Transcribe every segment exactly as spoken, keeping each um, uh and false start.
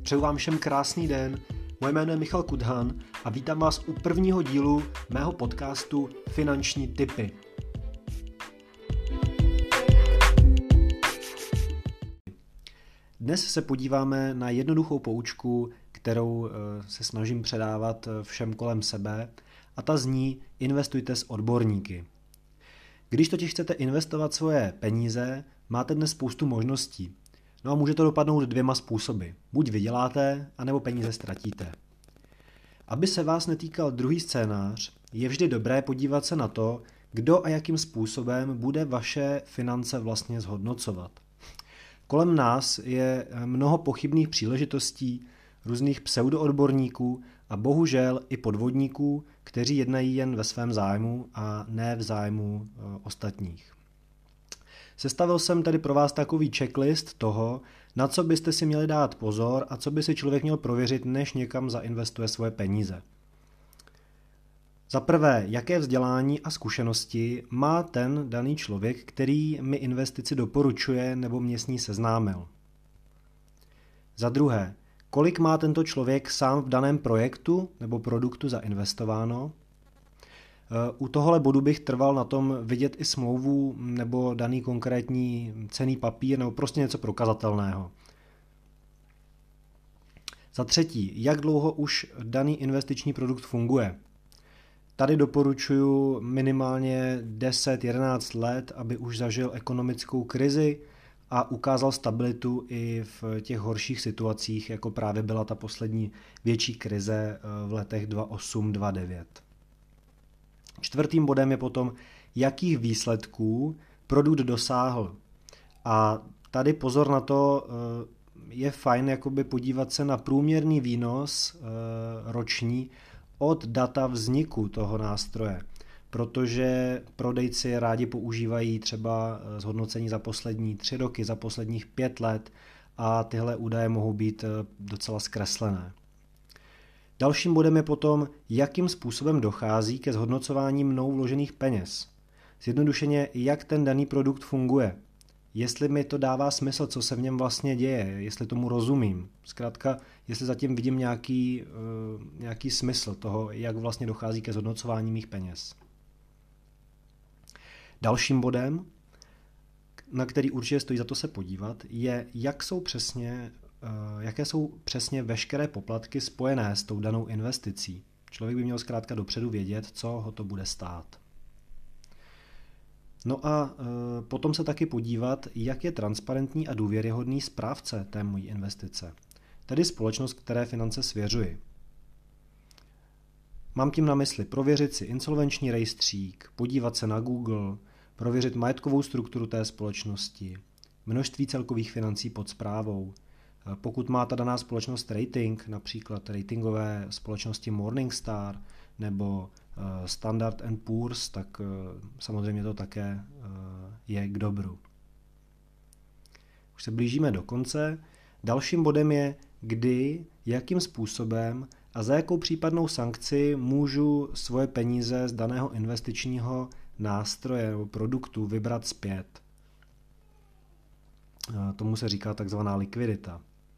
Přeju vám všem krásný den, moje jméno je Michal Kudhan a vítám vás u prvního dílu mého podcastu Finanční tipy. Dnes se podíváme na jednoduchou poučku, kterou se snažím předávat všem kolem sebe, a ta zní: investujte s odborníky. Když totiž chcete investovat svoje peníze, máte dnes spoustu možností. No a může to dopadnout dvěma způsoby. Buď vyděláte, anebo peníze ztratíte. Aby se vás netýkal druhý scénář, je vždy dobré podívat se na to, kdo a jakým způsobem bude vaše finance vlastně zhodnocovat. Kolem nás je mnoho pochybných příležitostí, různých pseudoodborníků a bohužel i podvodníků, kteří jednají jen ve svém zájmu a ne v zájmu ostatních. Sestavil jsem tedy pro vás takový checklist toho, na co byste si měli dát pozor a co by si člověk měl prověřit, než někam zainvestuje svoje peníze. Za prvé, jaké vzdělání a zkušenosti má ten daný člověk, který mi investici doporučuje nebo mě s ní seznámil. Za druhé, kolik má tento člověk sám v daném projektu nebo produktu zainvestováno. U tohohle bodu bych trval na tom vidět i smlouvu nebo daný konkrétní cenný papír nebo prostě něco prokazatelného. Za třetí, jak dlouho už daný investiční produkt funguje. Tady doporučuji minimálně deset jedenáct let, aby už zažil ekonomickou krizi a ukázal stabilitu i v těch horších situacích, jako právě byla ta poslední větší krize v letech dva tisíce osm dva tisíce devět. Čtvrtým bodem je potom, jakých výsledků produkt dosáhl. A tady pozor na to, je fajn jakoby podívat se na průměrný výnos roční od data vzniku toho nástroje, protože prodejci rádi používají třeba zhodnocení za poslední tři roky, za posledních pět let a tyhle údaje mohou být docela zkreslené. Dalším bodem je potom, jakým způsobem dochází ke zhodnocování mnou vložených peněz. Zjednodušeně, jak ten daný produkt funguje. Jestli mi to dává smysl, co se v něm vlastně děje, jestli tomu rozumím. Zkrátka, jestli zatím vidím nějaký, uh, nějaký smysl toho, jak vlastně dochází ke zhodnocování mých peněz. Dalším bodem, na který určitě stojí za to se podívat, je, jak jsou přesně, uh, jaké jsou přesně veškeré poplatky spojené s tou danou investicí. Člověk by měl zkrátka dopředu vědět, co ho to bude stát. No a e, potom se taky podívat, jak je transparentní a důvěryhodný správce té mojí investice, tedy společnost, které finance svěřuji. Mám tím na mysli prověřit si insolvenční rejstřík, podívat se na Google, prověřit majetkovou strukturu té společnosti, množství celkových financí pod správou. Pokud má ta daná společnost rating, například ratingové společnosti Morningstar nebo Standard and Poor's, tak samozřejmě to také je k dobru. Už se blížíme do konce. Dalším bodem je, kdy, jakým způsobem a za jakou případnou sankci můžu svoje peníze z daného investičního nástroje nebo produktu vybrat zpět. Tomu se říká takzvaná likvidita.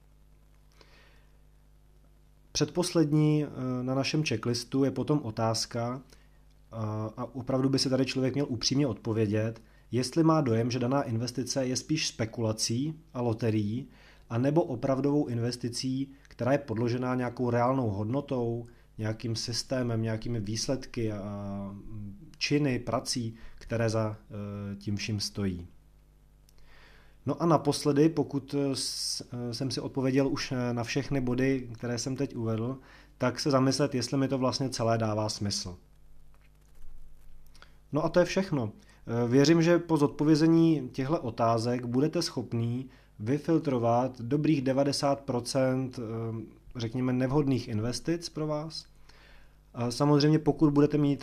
Předposlední na našem checklistu je potom otázka, a opravdu by si tady člověk měl upřímně odpovědět, jestli má dojem, že daná investice je spíš spekulací a loterií, anebo opravdovou investicí, která je podložená nějakou reálnou hodnotou, nějakým systémem, nějakými výsledky a činy, prací, které za tím vším stojí. No a naposledy, pokud jsem si odpověděl už na všechny body, které jsem teď uvedl, tak se zamyslet, jestli mi to vlastně celé dává smysl. No a to je všechno. Věřím, že po zodpovězení těchto otázek budete schopní vyfiltrovat dobrých devadesát procent, řekněme, nevhodných investic pro vás. Samozřejmě pokud budete mít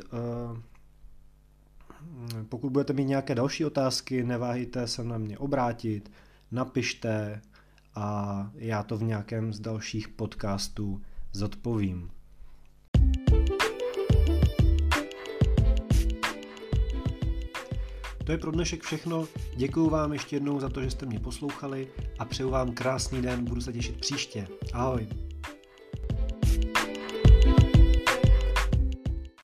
Pokud budete mít nějaké další otázky, neváhejte se na mě obrátit, napište a já to v nějakém z dalších podcastů zodpovím. To je pro dnešek všechno. Děkuju vám ještě jednou za to, že jste mě poslouchali a přeju vám krásný den. Budu se těšit příště. Ahoj.